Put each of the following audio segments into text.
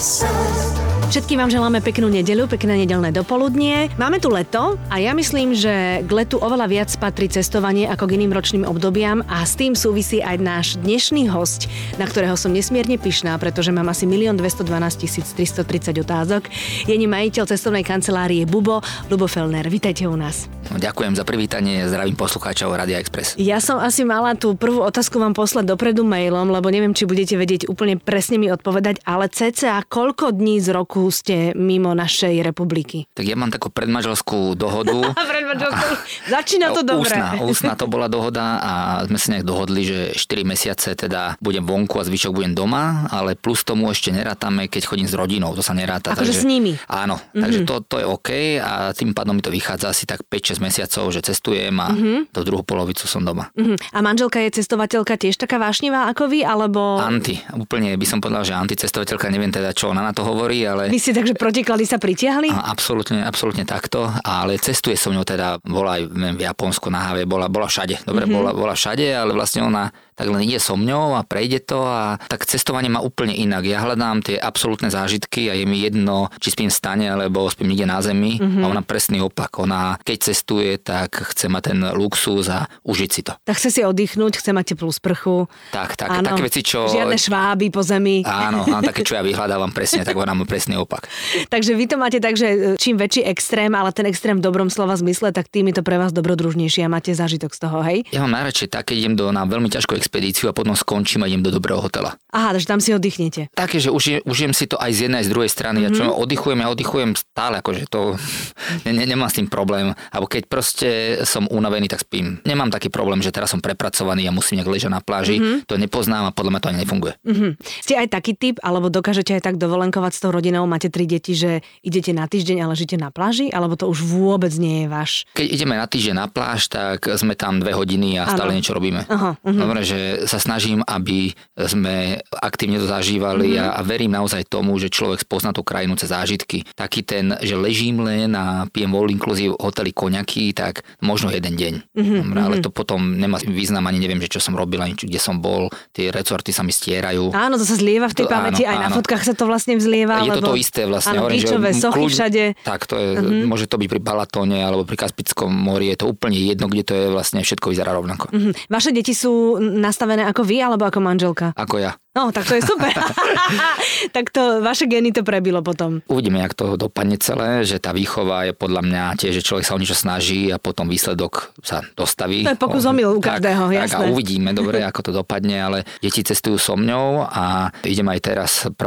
Všetkým vám želáme peknú nedeľu, pekné nedeľné dopoludnie. Máme tu leto a ja myslím, že k letu oveľa viac patrí cestovanie ako k iným ročným obdobiam a s tým súvisí aj náš dnešný hosť, na ktorého som nesmierne pyšná, pretože mám asi 1 212 330 otázok. Je ním majiteľ cestovnej kancelárie Bubo, Ľubo Fellner. Vítajte u nás. Ďakujem za privítanie, zdravím poslucháčov Rádia Express. Ja som asi mala tú prvú otázku vám poslať dopredu mailom, lebo neviem, či budete vedieť úplne presne mi odpovedať, ale cca koľko dní z roku ste mimo našej republiky? Tak ja mám takú predmanželskú dohodu. Začína to dobre. Ústna to bola dohoda a sme sa nejak dohodli, že 4 mesiace teda budem vonku a zvyšok budem doma, ale plus tomu ešte nerátame, keď chodím s rodinou, to sa neráta. Akože s nimi? Áno, takže to je OK a tým pádom mi to vychádza asi tak 5-6 mesiacov, že cestujem a do druhú polovicu som doma. A manželka je cestovateľka tiež taká vášnivá ako vy, alebo... Úplne by som povedal, že anticestovateľka, neviem teda, čo ona na to hovorí, ale... Vy ste takže protiklady sa pritiahli? Absolútne takto, ale cestuje so mňou teda, bola aj v Japonsku na Havie, bola všade. Dobre, bola všade, ale vlastne ona tak len ide so mňou a prejde to a tak cestovanie má úplne inak. Ja hľadám tie absolútne zážitky a je mi jedno, či spím v stane, alebo spím niekde na zemi a ona presný opak. Ona keď cestuje, tak chce mať ten luxus a užiť si to. Tak chce si oddychnúť, chce mať teplú sprchu. Tak, také veci, čo... Žiadne šváby po zemi. Áno, také, čo ja vyhľadávam presne, tak ona má presný opak. Takže vy to máte tak, že čím väčší extrém, ale ten extrém v dobrom slova zmysle, tak tým je to pre vás dobrodružnejšie a máte zážitok z toho, hej? Ja mám najradšej tak, keď idem na veľmi ťažkú expedíciu a potom skončím a idem do dobrého hotela. Aha, takže tam si oddychnete. Také, že užijem si to aj z jednej aj z druhej strany. Ja čo oddychujem stále, akože to nemám s tým problém. Alebo keď proste som unavený, tak spím. Nemám taký problém, že teraz som prepracovaný a musím nejak ležať na pláži. To nepoznám a podľa mňa to ani nefunguje. Ste aj taký typ, alebo dokážete aj tak dovolenkovať s tou rodinou, máte 3 deti, že idete na týždeň a ležíte na pláži, alebo to už vôbec nie je váš? Keď ideme na týždeň na pláž, tak sme tam 2 hodiny a stále niečo robíme. Dobre, že sa snažím, aby sme aktívne to zažívali a verím naozaj tomu, že človek spozná tú krajinu cez zážitky. Taký ten, že ležím len a pijem all inclusive hoteli koňaky, tak možno jeden deň. Dobre, ale to potom nemá význam, ani neviem, že čo som robil, ani kde som bol. Tie resorty sa mi stierajú. Áno, to sa zlieva v tej pamäti, aj na fotkách sa to vlastne vzlieva. Je to isté vlastne. Áno, píčové sochy všade. Tak, to je, môže to byť pri Balatóne alebo pri Kaspickom mori, je to úplne jedno, kde to je, vlastne všetko vyzerá rovnako. Vaše deti sú nastavené ako vy alebo ako manželka? Ako ja. No, tak to je super. Tak to, vaše gény to prebilo potom. Uvidíme, jak to dopadne celé, že tá výchova je podľa mňa tiež, že človek sa o niečo snaží a potom výsledok sa dostaví. To je pokus omyl u každého, jasné. Tak a uvidíme, dobre, ako to dopadne, ale deti cestujú so mňou a ideme aj teraz 1.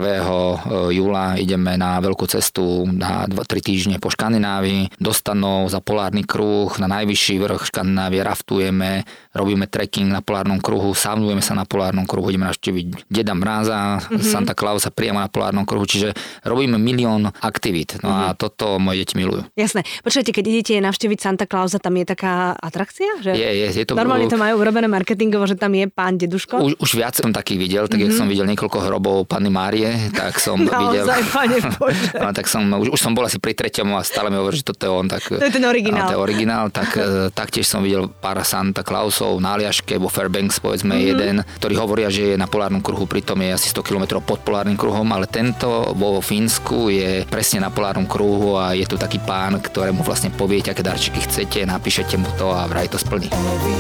júla ideme na veľkú cestu na 2-3 týždne po Škandinávii, do Stanov za polárny kruh, na najvyšší vrch Škandinávie raftujeme, robíme trekking na polárnom kruhu, saunujeme sa na polárnom kruhu, ideme navštíviť Deda Mráza, Santa Clausa priamo na polárnom kruhu, čiže robíme milión aktivít. No a toto moje deti milujú. Jasné. Počujete, keď idete navštíviť Santa Clausa, tam je taká atrakcia? Že je to... Normálne to majú urobené marketingovo, že tam je pán deduško? Už viac som takých videl, tak jak som videl niekoľko hrobov Panny Márie, tak som videl... Naozaj, Pane Bože. No, tak už som bol asi pri 3. a stále mi hovorí, že toto je on. Tak, to je ten originál. To je originál, tak taktiež som videl pár Santa Clausov na Aliaške, vo Fairbanks, povedzme jeden, ktorí hovoria, že je na polárnom kruhu, pritom je asi 100 km pod polárnym kruhom, ale tento vo Fínsku je presne na polárnom kruhu a je tu taký pán, ktorému vlastne poviete, aké darčeky chcete, napíšete mu to a vraj to splní.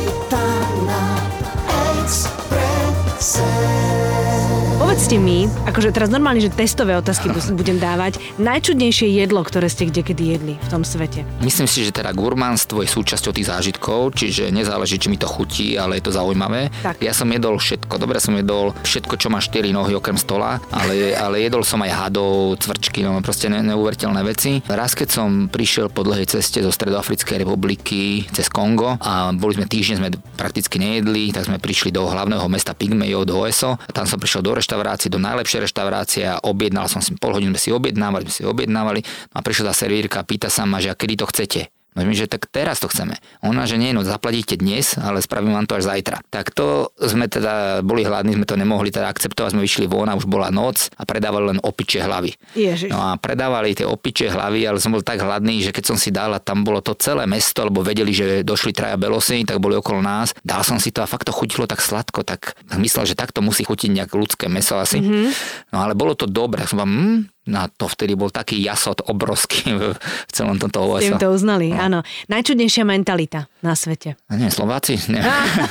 Povedzte mi, akože teraz normálne, že testové otázky budem dávať, najčudnejšie jedlo, ktoré ste kdekedy jedli v tom svete? Myslím si, že teda gurmánstvo je súčasťou tých zážitkov, čiže nezáleží, či mi to chutí, ale je to zaujímavé. Tak. Ja som jedol všetko, dobre som jedol všetko, čo má 4 nohy okrem stola, ale jedol som aj hadov, cvrčky, no proste neuveriteľné veci. Raz, keď som prišiel po dlhej ceste zo Stredoafrickej republiky cez Kongo a boli sme týždeň, sme prakticky nejedli, tak sme prišli do hlavného mesta Pygmejov, do Oeso. Tam som prišiel do reštaurácie, do najlepšej reštaurácie a objednal som si pol hodinu, sme si objednávali. No a prišla tá servírka a pýta sa ma, že a kedy to chcete. My, že tak teraz to chceme. Ona, že nie, no zaplatíte dnes, ale spravím vám to až zajtra. Tak to sme teda boli hladní, sme to nemohli teda akceptovať, sme vyšli von a už bola noc a predávali len opičie hlavy. Ježiš. No a predávali tie opičie hlavy, ale som bol tak hladný, že keď som si dal a tam bolo to celé mesto, lebo vedeli, že došli traja belosy, tak boli okolo nás. Dal som si to a fakt to chutilo tak sladko, tak myslel, že takto musí chutiť nejak ľudské mäso asi. No ale bolo to dobré. Som vám, no to vtedy bol taký jasot obrovský v celom tomto OSO. Tým to uznali, áno. Najčudnejšia mentalita na svete. Nie, Slováci? Nie.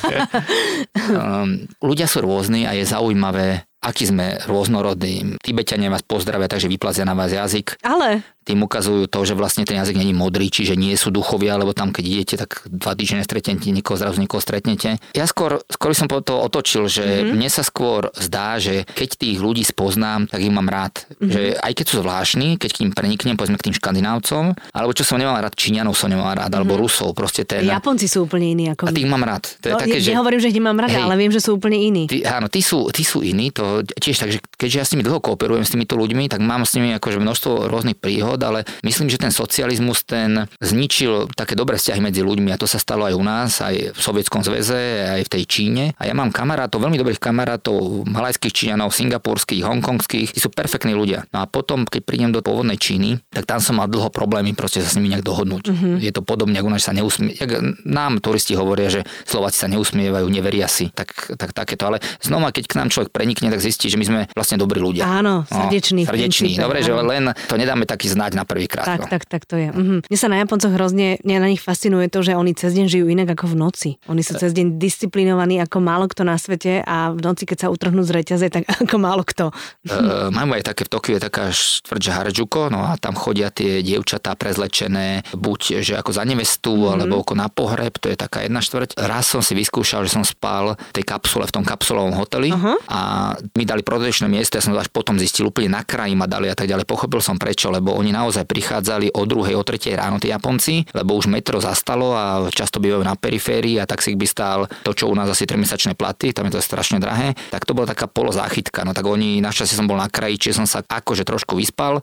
Ľudia sú rôzni a je zaujímavé, aký sme rôznorodní. Tibetania vás pozdravia, takže vyplazia na vás jazyk. Ale tým ukazujú to, že vlastne ten jazyk není modrý, čiže nie sú duchovia, lebo tam keď idete, tak 2 týždne stretnete niekoho, zrazu niekoho stretnete. Ja skôr som to otočil, že mne sa skôr zdá, že keď tých ľudí spoznám, tak ich mám rád. Že aj keď sú zvláštni, keď k ním preniknem, povedzme k tým Škandinávcom, alebo čo som nemal rád, Číňanov som nemal rád, alebo Rusov, proste ten. Japonci sú úplne iní ako vy. A tých mám rád. To je také, že nehovorím, že ich mám rada, ale viem, že sú úplne iní. Áno, tí sú iní, to tiež takže keďže ja s nimi dlho kooperujem s týmito ľuďmi, tak mám s nimi akože množstvo rôznych príhod, ale myslím, že ten socializmus ten zničil také dobré vzťahy medzi ľuďmi a to sa stalo aj u nás, aj v Sovietskom zväze, aj v tej Číne. A ja mám kamarátov, veľmi dobrých kamarátov, malajských Číňanov, singapurských, hongkongských, tí sú perfektní ľudia. No a potom, keď prídem do pôvodnej Číny, tak tam som mal dlho problémy proste sa s nimi nejak dohodnúť. Je to podobne, ako nás sa nám turisti hovoria, že Slováci sa neusmievajú, neveria si, tak takéto, ale znova keď k nám človek prenikne, tak zistí, že my sme vlastne dobrí ľudia. Áno, srdeční. Dobre, že len to nedáme taký znať na prvýkrát. Tak to je. Mne sa na Japoncoch hrozne, mňa na nich fascinuje to, že oni cez deň žijú inak ako v noci. Oni sú cez deň disciplinovaní ako málo kto na svete a v noci, keď sa utrhnú z reťaze, tak ako málo kto. Mám aj také v Tokiu je taká štvrť Harajuku, no a tam chodia tie dievčatá prezlečené, buď že ako za nevestu, alebo ako na pohreb, to je taká jedna štvrť. Raz som si vyskúšal, že som spal v tej kapsule, v tom kapsulovom hoteli a mi dali prodejšné miesto, ja som to až potom zistil, úplne na kraji ma dali a tak ďalej. Pochopil som prečo, lebo oni naozaj prichádzali o 2:00, o 3:00 ráno tí Japonci, lebo už metro zastalo a často bývajú na periférii a taxík by stál to, čo u nás asi 3-mesačné platy, tam je to strašne drahé. Tak to bola taká polozáchytka. No tak oni, našťastie som bol na kraji, čiže som sa akože trošku vyspal.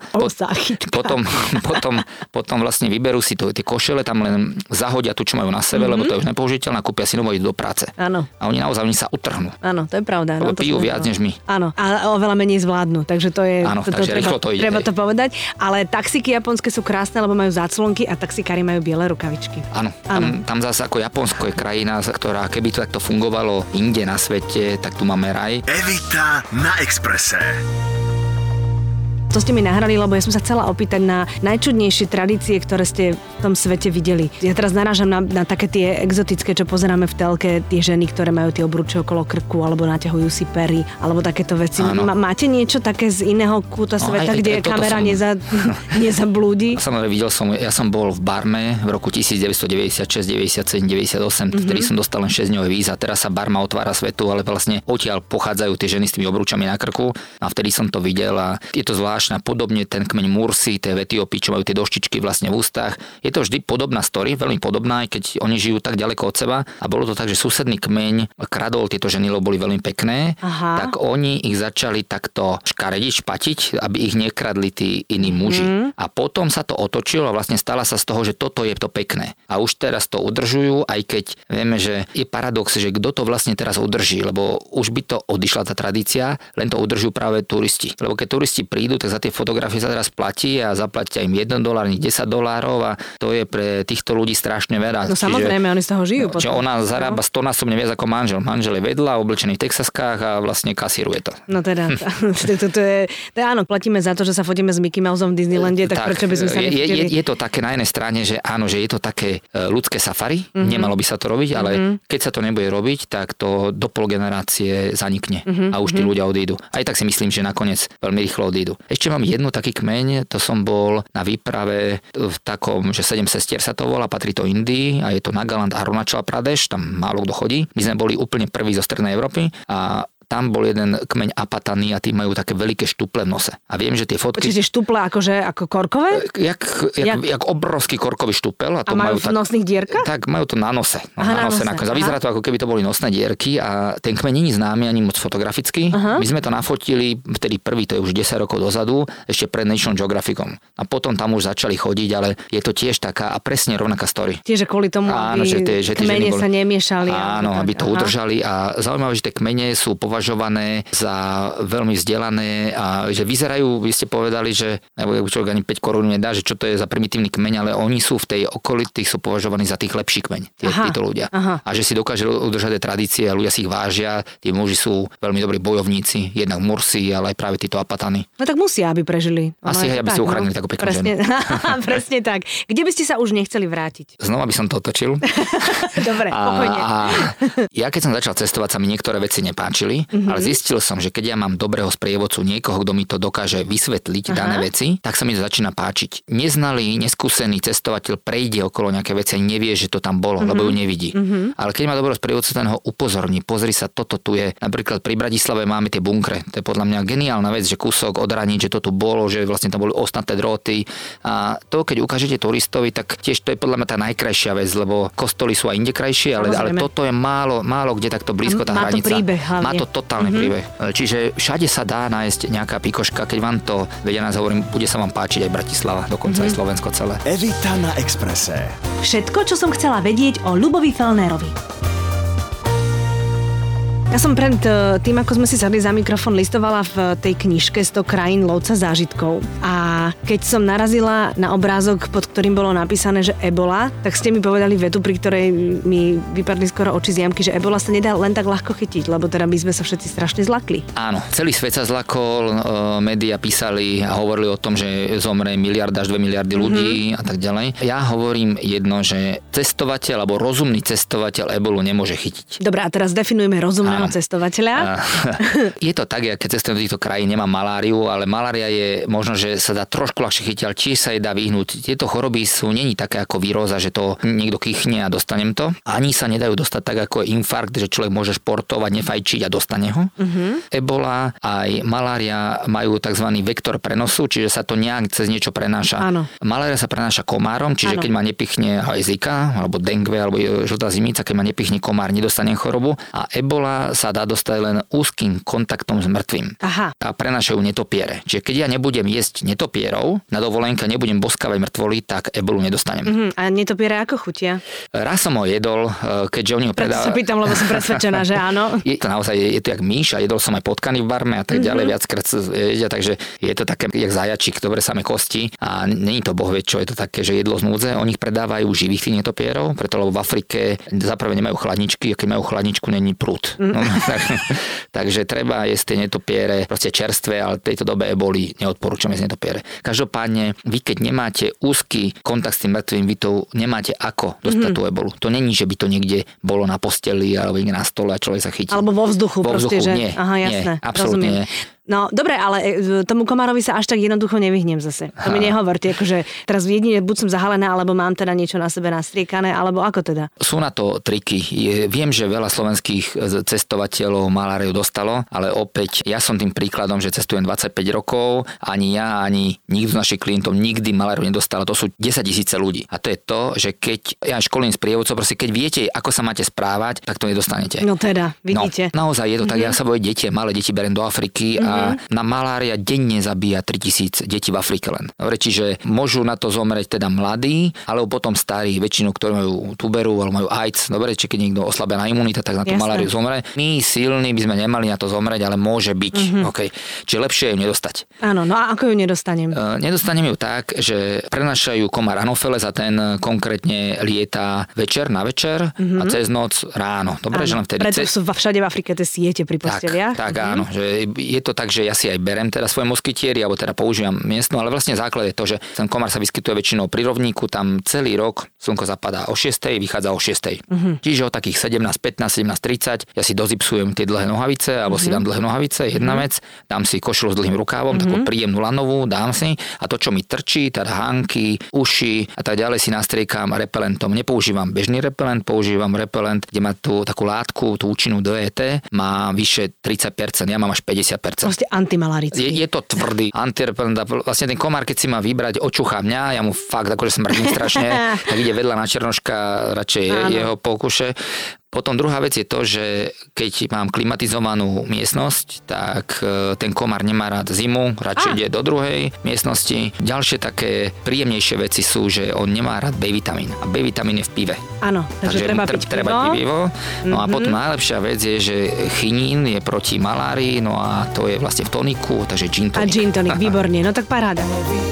Potom vlastne vyberú si tie košele, tam len zahodia tu, čo majú na sebe, lebo to je už nepoužiteľné, kúpia si novo, idú do práce. Áno. A oni naozaj sa utrhnú. Áno, to je pravda. Lebo pijú viac než my. Áno, a oveľa menej zvládnu, takže to je... Áno, takže rýchlo to ide. Treba to povedať, ale taxíky japonské sú krásne, lebo majú záclonky a taxikári majú biele rukavičky. Áno. Tam zase ako Japonsko je krajina, ktorá keby to takto fungovalo inde na svete, tak tu máme raj. Evita na Expresse. To ste mi nahrali, lebo ja som sa chcela opýtať na najčudnejšie tradície, ktoré ste v tom svete videli. Ja teraz narážam na také tie exotické, čo pozeráme v telke, tie ženy, ktoré majú tie obruče okolo krku, alebo naťahujú si pery, alebo takéto veci. Máte niečo také z iného kúta sveta, kde kamera nezablúdi? Samozrejme, ja som bol v Barme v roku 1996, 97, 98, vtedy som dostal len 6-dňové víza. Teraz sa Barma otvára svetu, ale vlastne odtiaľ pochádzajú tie ženy s tými obručami na krku a vtedy som to videl a je to zvláštne. Podobne ten kmeň Mursi, tie v Etiópii, čo majú tie doštičky vlastne v ústach. Je to vždy podobná story, veľmi podobná, aj keď oni žijú tak ďaleko od seba. A bolo to tak, že susedný kmeň kradol tieto ženy, lebo boli veľmi pekné. Aha. Tak oni ich začali takto škarediť, špatiť, aby ich nekradli tí iní muži. A potom sa to otočilo a vlastne stala sa z toho, že toto je to pekné. A už teraz to udržujú, aj keď vieme, že je paradox, že kto to vlastne teraz udrží, lebo už by to odišla tá tradícia, len to udržujú práve turisti. Lebo keď turisti prídu, tak za tie fotografie sa teraz platí a zaplatia im $1, $10 a to je pre týchto ľudí strašne veľa. No samozrejme, oni z toho žijú. Čiže ona zarába 100-násobne viac ako manžel. Manžel je vedľa, oblečený v Texaskách a vlastne kasíruje to. No teda, to je áno, platíme za to, že sa fotíme s Mickey Mouseom v Disneylande, tak prečo by sme sa nechutili? Je to také na jednej strane, že áno, že je to také ľudské safari, nemalo by sa to robiť, ale keď sa to nebude robiť, tak to do pol generácie zanikne a už tí ľudia odídu. Aj tak si myslím, že nakoniec veľmi rýchlo odídu. Ešte mám jednu taký kmeň, to som bol na výprave v takom, že 7 sestier sa to volá, patrí to Indii a je to Nagaland a Arunachal Pradesh, tam málo kto chodí. My sme boli úplne prví zo Strednej Európy a tam bol jeden kmeň apatany a tí majú také veľké štuple v nose. A viem, že tie fotky... Čiže štuple ako korkové? Jak obrovský korkový štupel. A majú v nosných dierkach? Tak, majú to na nose. Na nose. Vyzerá to, ako keby to boli nosné dierky a ten kmeň nie je známy ani moc fotograficky. My sme to nafotili vtedy prvý, to je už 10 rokov dozadu, ešte pred National Geographicom. A potom tam už začali chodiť, ale je to tiež taká a presne rovnaká story. Tieže kvôli tomu, aby kmene sa nemiešali. Áno, aby to udržali a zaujímavé, že tie kmene sú považované za veľmi vzdelané a že vyzerajú, vy ste povedali, že človek ani 5 korún nedá, že čo to je za primitívny kmeň, ale oni sú v tej okolitých sú považovaní za tých lepší kmeň, títo ľudia. A že si dokáže udržať tie tradície a ľudia si ich vážia, tí muži sú veľmi dobrí bojovníci, jednak Mursi, ale aj práve títo apatany. No tak musia, aby prežili. Asi aj, aby si uchránili takú peknú ženu. Presne tak. Kde by ste sa už nechceli vrátiť? Znova by som to otočil. Dobre, pokojne. Ja keď som začal cestovať, sa mi niektoré veci nepáčili, ale zistil som, že keď ja mám dobrého sprievodcu, niekoho, kto mi to dokáže vysvetliť dané veci, tak sa mi to začína páčiť. Neznalý, neskúsený cestovateľ prejde okolo nejaké veci a nevie, že to tam bolo, lebo ju nevidí. Ale keď má dobrého sprievodcu, ten ho upozorní, pozri sa, toto tu je. Napríklad pri Bratislave máme tie bunkre. To je podľa mňa geniálna vec, že kúsok odraniť, že to tu bolo, že vlastne tam boli ostnaté dróty. A to, keď ukážete turistovi, tak tiež to je podľa mňa tá najkrajšia vec, lebo kostoly sú aj inde krajšie, ale toto je málo kde takto blízko tá hranica. Má to príbeh hlavne. Má to totálny príbeh. Čiže všade sa dá nájsť nejaká pikoška, keď vám to vedia nás hovorím, bude sa vám páčiť aj Bratislava, dokonca aj Slovensko celé. Evita na Expresse. Všetko, čo som chcela vedieť o Ľubovi Fellnerovi. Ja som pred tým, ako sme si sadli za mikrofón, listovala v tej knižke 100 krajín lovca zážitkov. A keď som narazila na obrázok, pod ktorým bolo napísané, že ebola, tak ste mi povedali vetu, pri ktorej mi vypadli skoro oči z jamky, že ebola sa nedá len tak ľahko chytiť, lebo teda my sme sa všetci strašne zlakli. Áno, celý svet sa zlakol, médiá písali a hovorili o tom, že zomre 1 miliarda až 2 miliardy ľudí a tak ďalej. Ja hovorím jedno, že cestovateľ alebo rozumný cestovateľ ebolu nemôže chytiť. Dobre, a teraz definujeme rozumného cestovateľa. Je to tak, keď cestujem do týchto krajín, nemám maláriu, ale malária je možno, že sa dá trošku ľahšie chytiť, ale tiež sa jej dá vyhnúť. Tieto choroby sú není také ako víróza, že to niekto kýchne a dostanem to. Ani sa nedajú dostať tak ako infarkt, že človek môže športovať, nefajčiť a dostane ho. Ebola aj malária majú tzv. Vektor prenosu, čiže sa to nejak cez niečo prenáša. Áno. Malária sa prenáša komárom, čiže keď ma nepichne aj Zika, alebo dengue, alebo žltá zimica, keď ma nepichne komár, nedostanem chorobu. A ebola sa dá dostať len úzkým kontaktom s mŕtvým. Aha. A prenášajú netopiere. Čiže keď ja nebudem jesť netopierov, na dovolenke nebudem boskávať mŕtvoly, tak ebolu nedostanem. A netopiere ako chutia? Raz som ho jedol, keďže oni ho preto sa pýtam, lebo som presvedčená, že áno. Je to naozaj, je to jak myš a jedol som aj potkany v barme a tak ďalej, viackrát jedia, takže je to také jak zajačík, dobre samé kosti a není to boh vie čo, je to také, že jedlo z núdze. Oni ich predávajú živých tých netopierov, preto lebo v Afrike zaprvé nemajú chladničky, a keď majú chladničku, není prúd. Takže treba jesť tie netopiere proste čerstvé, ale v tejto dobe eboli neodporúčam jesť netopiere. Každopádne, vy keď nemáte úzky kontakt s tým mŕtvým, vy to nemáte ako dostať tú ebolu. To není, že by to niekde bolo na posteli alebo niekde na stole a človek sa chytí. Alebo vo vzduchu proste, že? Nie, aha, jasné, nie, absolútne nie. No, dobre, ale tomu komárovi sa až tak jednoducho nevyhnem zase. To mi nehovorte, akože teraz jedine buď som zahalená, alebo mám teda niečo na sebe nastriekané, alebo ako teda? Sú na to triky. Viem, že veľa slovenských cestovateľov maláriu dostalo, ale opäť ja som tým príkladom, že cestujem 25 rokov, ani ja, ani nikto z našich klientov nikdy maláriu nedostal. To sú 10 000 ľudí. A to je to, že keď ja školím sprievodcov, proste keď viete, ako sa máte správať, tak to nedostanete. No teda, vidíte. No, naozaj je to tak, ja sa bojím deti, malé deti beriem do Afriky a na malária denne zabíja 3000 detí v Afrike len. Dobre, čiže môžu na to zomrieť teda mladí, alebo potom starí, väčšinou, ktorí majú tuberu alebo majú AIDS. Dobre, či keď niekto oslabená imunita, tak na tú maláriu zomre. My silní by sme nemali na to zomrieť, ale môže byť. Okay. Čiže lepšie ju nedostať. Áno, no a ako ju nedostanem? Nedostanem ju tak, že prenášajú komár Anopheles a ten konkrétne lieta večer na večer a cez noc ráno. Dobre, že len vtedy. Preto sú všade v Afrike tie siete pri posteliach. Tak áno, že je to tak, tak, že ja si aj berem teda svoje moskytieri, alebo teda používam miestnu, ale vlastne základ je to, že ten komár sa vyskytuje väčšinou pri rovníku, tam celý rok slnko zapadá o 6, vychádza o 6. Čiže o takých 17:15, 17:30 ja si dozipsujem tie dlhé nohavice, alebo si dám dlhé nohavice, jedna vec, dám si košelu s dlhým rukávom, takú príjemnú lanovú, dám si a to, čo mi trčí, teda hánky, uši a tak ďalej si nastriekam repelentom. Nepoužívam bežný repelent, používam repelent, kde má tú takú látku, tú účinnú DET, má vyše 30%, ja mám až 50%. Proste antimalarický. Je to tvrdý antirepelent. Vlastne ten komár, keď si má vybrať, očuchá mňa, ja mu fakt akože smrdím strašne, tak ide vedľa na Černoška, radšej jeho pokuše. Potom druhá vec je to, že keď mám klimatizovanú miestnosť, tak ten komár nemá rád zimu, radšej ide do druhej miestnosti. Ďalšie také príjemnejšie veci sú, že on nemá rád B-vitamín. A B-vitamín je v pive. Áno, takže treba piť pivo. No a potom najlepšia vec je, že chinín je proti malárii, no a to je vlastne v toniku, takže gin tonic. A gin tonic, výborne, no tak paráda.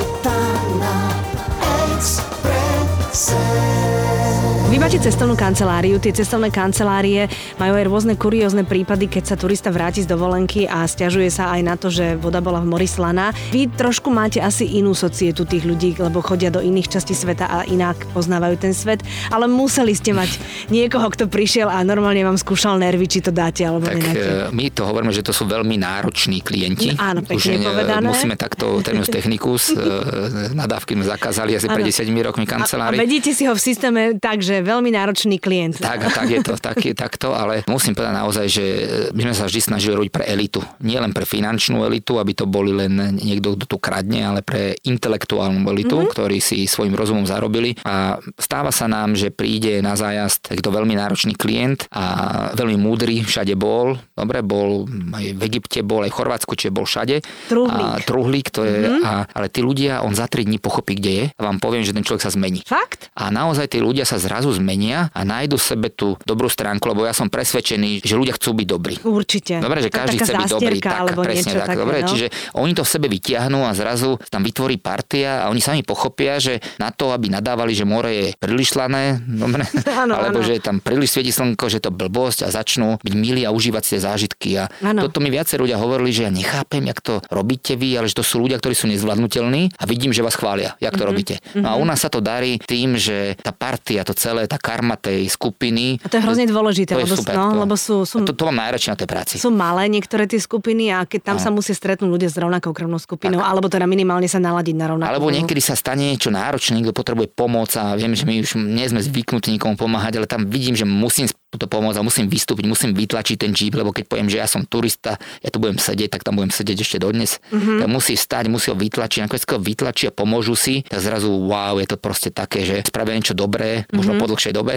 Vy máte cestovnú kanceláriu, tie cestovné kancelárie majú aj rôzne kuriózne prípady, keď sa turista vráti z dovolenky a sťažuje sa aj na to, že voda bola v mori slaná. Vy trošku máte asi inú societu tých ľudí, lebo chodia do iných častí sveta a inak poznávajú ten svet, ale museli ste mať niekoho, kto prišiel a normálne vám skúšal nervy, či to dáte alebo nedáte. My to hovoríme, že to sú veľmi nároční klienti. Áno, pekne povedané. Musíme takto terminus technicus, nadávky sme zakázali asi pred 10 rokmi kancelárii. A vedíte si ho v systéme tak, že veľmi náročný klient. Tak je to, takto, ale musím povedať naozaj, že my sme sa vždy snažili robiť pre elitu. Nie len pre finančnú elitu, aby to boli len niekto, kto tu kradne, ale pre intelektuálnu elitu, ktorí si svojím rozumom zarobili. A stáva sa nám, že príde na zájazd takto veľmi náročný klient a veľmi múdry, všade bol. Dobre, bol aj v Egypte, bol aj v Chorvátsku, čiže bol všade. Truhlík to je, ale tí ľudia, on za 3 dní pochopí, kde je a vám poviem, že ten človek sa zmení. Fakt? A naozaj tí ľudia sa zrazu zmenia a nájdu sebe tú dobrú stránku, lebo ja som presvedčený, že ľudia chcú byť dobrí. Určite. Dobre, že každý chce byť dobrý, tak presne tak. Dobre, čiže oni to v sebe vytiahnú a zrazu tam vytvorí partia a oni sami pochopia, že na to, aby nadávali, že more je príliš slané, dobre, alebo že tam príliš svieti slnko, že to blbosť a začnú byť milí a užívať si tie zážitky. A toto mi viacej ľudia hovorili, že ja nechápem, jak to robíte vy, ale že to sú ľudia, ktorí sú nezvládnutelní a vidím, že vás chvália, jak to robíte. No a u nás sa to darí tým, že tá partia, to celé, tá karma tej skupiny. A to je hrozne dôležité, lebo sú to mám najradšej na tej práci. Sú malé niektoré tie skupiny a keď tam sa musia stretnúť ľudia s rovnakou krvnou skupinou, alebo teda minimálne sa naladiť na rovnakú. Alebo niekedy sa stane niečo náročné, niekto potrebuje pomoc a viem, že my už nie sme zvyknutí nikomu pomáhať, ale tam vidím, že musím to pomôcť a musím vystúpiť, musím vytlačiť ten džíp, lebo keď poviem, že ja som turista, ja tu budem sedieť, tak tam budem sedieť ešte dodnes. Tak musí stať, musí ho vytlačiť, nakoniec keď ho vytlačia, pomôžu si, tak zrazu wow, je to proste také, že spravia niečo dobré, možno po dlhšej dobe.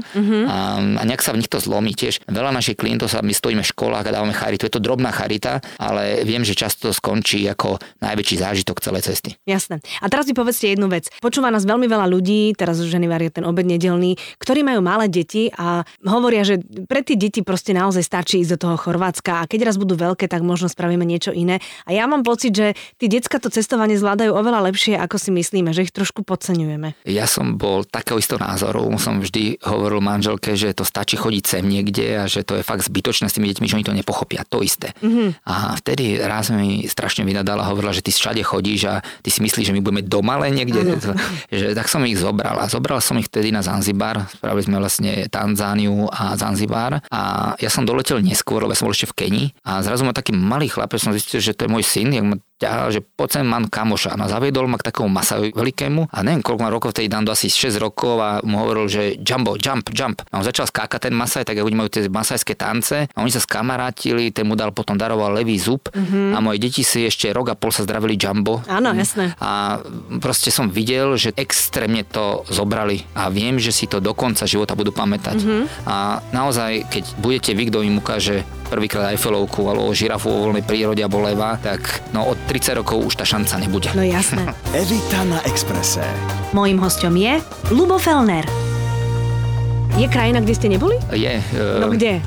A nejak sa v nich to zlomí tiež. Veľa našich klientov my stojíme v školách a dávame charitu. Je to drobná charita, ale viem, že často skončí ako najväčší zážitok celej cesty. Jasné. A teraz mi povedzte jednu vec. Počúva nás veľmi veľa ľudí, teraz už je ten obed nedeľný, ktorí majú malé deti a hovoria, že pre tie deti proste naozaj stačí ísť do toho Chorvátska a keď raz budú veľké, tak možno spravíme niečo iné. A ja mám pocit, že tí decká to cestovanie zvládajú oveľa lepšie, ako si myslíme, že ich trošku podceňujeme. Ja som bol takého istého názoru, som vždy hovoril manželke, že to stačí chodiť sem niekde a že to je fakt zbytočné s tými deťmi, že oni to nepochopia, to isté. A vtedy raz mi strašne vynadala a hovorila, že ty všade chodíš a ty si myslíš, že my budeme doma len niekde. Že, tak som ich zobral. A zobral som ich vtedy na Zanzibar. Spravili sme vlastne Tanzániu a Zanzibar. A ja som doletel neskôr, lebo ja som bol ešte v Kenii. A zrazu ma taký malý chlapec, som zistil, že to je môj syn, jak ma ťahal, že poď sem, mám kamoša. A zaviedol ma k takému masajovi veľkému a neviem, koľko má rokov, vtedy dám do asi 6 rokov a mu hovoril, že jump. A on začal skákať ten masaj, tak oni majú tie masajské tance a oni sa skamarátili, ten mu dal potom daroval levý zub a moje deti si ešte rok a pol sa zdravili jumbo. Áno, jasné. A proste som videl, že extrémne to zobrali a viem, že si to do konca života budú pamätať. A naozaj, keď budete vy, kto im ukáže prvýkrát Eiffelovku alebo žirafu vo voľnej prírode alebo leva, tak no od 30 rokov už tá šanca nebude. No jasné. Evita na Expresse. Mojím hosťom je Ľubo Fellner. Je krajina, kde ste neboli? Je. No kde?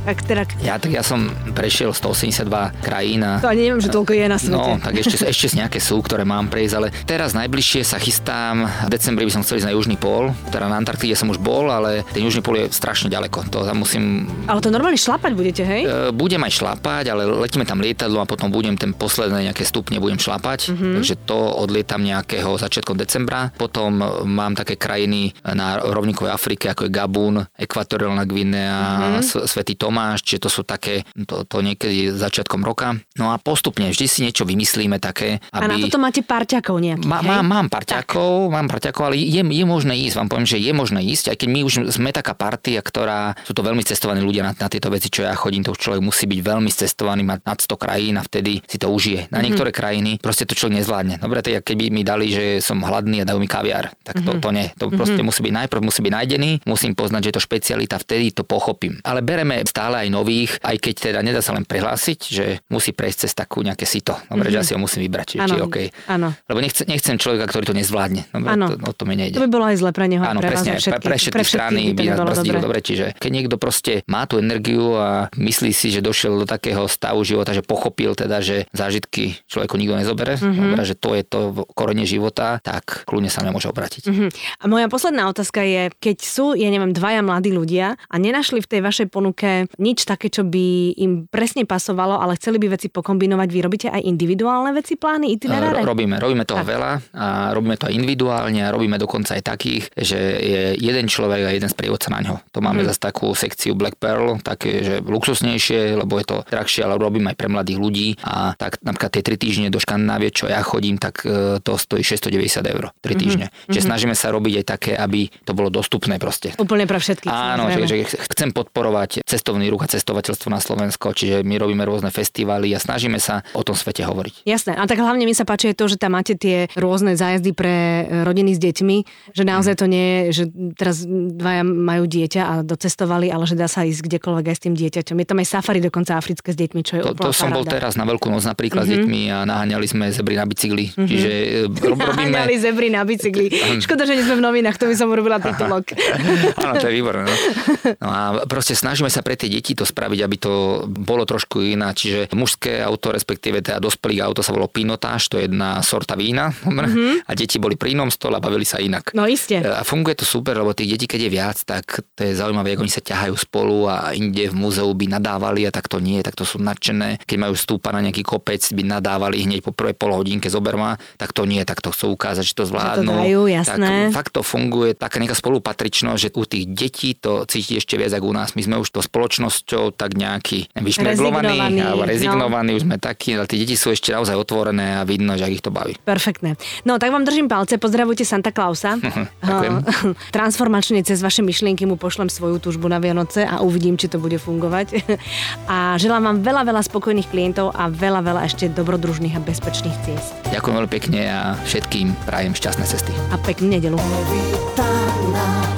Ja som prešiel 182 krajín. To ani neviem, že toľko je na svete. No, tak ešte nejaké sú, ktoré mám prejsť, ale teraz najbližšie sa chystám. V decembri by som chcel ísť na Južný pól. Teda na Antarktíde som už bol, ale ten Južný pól je strašne ďaleko. To tam musím... Ale to normálne šlapať budete, hej? Budem aj šlapať, ale letíme tam lietadlo a potom budem ten posledné nejaké stupne budem šlapať. Takže to odlietam nejakého začiatkom decembra. Potom mám také krajiny na rovníkovej Afrike, ako je Gabun, Ekvatoriálna Guinea, Svätý Tomáš, čiže to sú také, to niekedy začiatkom roka. No a postupne vždy si niečo vymyslíme také, aby... A na toto máte parťakov nejakých, hej? Mám parťakov, ale je možné ísť, vám poviem, že je možné ísť, aj keď my už sme taká partia, ktorá, sú to veľmi cestovaní ľudia na tieto veci, čo ja chodím, to už človek musí byť veľmi cestovaný, mať nad 100 krajín a vtedy si to užije. Na niektoré krajiny proste to človek nezvládne. Dobre, tak keby mi dali, že som hladný a dajú mi kaviár, tak to nie. To proste musí byť najprv nájdený, musím poznať, že je to špecialita, vtedy to pochopím. Ale bereme stále aj nových, aj keď teda nedá sa len prihlásiť, že musí prejsť cez takú nejaké sito. Dobre, že ja si ho musím vybrať, či OK. Áno. Lebo nechcem človeka, ktorý to nezvládne. Dobre, o to mi nejde. To by bolo aj zle pre neho. Áno, presne, pre všetky strany by nás brzdilo. Dobre, čiže keď niekto proste má tú energiu a myslí si, že došiel do takého stavu života, že pochopil teda, že zážitky človeku nikto nezobere, dobre, že to je to korene života, tak kľudne sa mňa môže obrátiť. A moja posledná otázka je, keď sú, dvaja mladí ľudia a nenašli v tej vašej ponuke nič také, čo by im presne pasovalo, ale chceli by veci pokombinovať, vy robíte aj individuálne veci, plány, itineráre? Robíme toho veľa a robíme to aj individuálne a robíme dokonca aj takých, že je jeden človek a jeden sprievodca na ňo. To máme zase takú sekciu Black Pearl, také, že luxusnejšie, lebo je to drahšie, ale robím aj pre mladých ľudí a tak napríklad tie 3 týždne do Škandinávie, čo ja chodím, tak to stojí 690 €, 3 týždne. Čiže snažíme sa robiť aj také, aby to bolo dostupné proste. Úplne pre všetkých. Áno, že chcem podporovať cestovný ruch a cestovateľstvo na Slovensko, čiže my robíme rôzne festivály a snažíme sa o tom svete hovoriť. Jasné, a tak hlavne mi sa páči to, že tam máte tie rôzne zájazdy pre rodiny s deťmi, že naozaj to nie je, že teraz dvaja majú dieťa a docestovali, ale že dá sa ísť kdekoľvek aj s tým dieťaťom. Je tam aj safari dokonca africké s deťmi, čo je úplne To som bol teraz na Veľkú noc napríklad s deťmi a naháňali sme zebry na bicykli. Čiže robíme... Naháňali zebry na bicykli. Škoda, že nie sme v novinách, to by som urobila titulok. Áno, to je výborné. No a proste snažíme sa pre tie deti to spraviť, aby to bolo trošku iná. Čiže mužské auto, respektíve teda dospelých auto sa volalo Pinotáž, to je jedna sorta vína. A deti boli pri inom stole a bavili sa inak. No iste. A funguje to super, lebo tých detí, keď je viac, tak to je zaujímavé, ako oni sa ťahajú spolu a inde v múzeu by nadávali a tak to nie, tak to sú nadšené. Keď majú stúpať na nejaký kopec, by nadávali hneď po prvej polhodinke zoberma, tak to nie, tak to chcú ukázať, že to zvládnu. Že to dajú, jasné. Tak fakt to funguje, taká nejaká spolupatričnosť, že u tých detí to cíti ešte viac ako u nás. My sme už to spoločnosťou tak nejaký vyšmerglovaní alebo rezignovaní, už sme takí, ale tie deti sú ešte naozaj otvorené a vidno, že ich to baví. Perfektné. No tak vám držím palce, pozdravujte Santa Clausa. Ďakujem. Transformačne cez vaše myšlienky mu pošlem svoju túžbu na Vianoce a uvidím, či to bude fungovať. A želám vám veľa spokojných klientov a veľa ešte dobrodružných a bezpečných ciest. Ďakujem veľmi pekne a všetkým prajem šťastné cesty. A peknú nedeľu.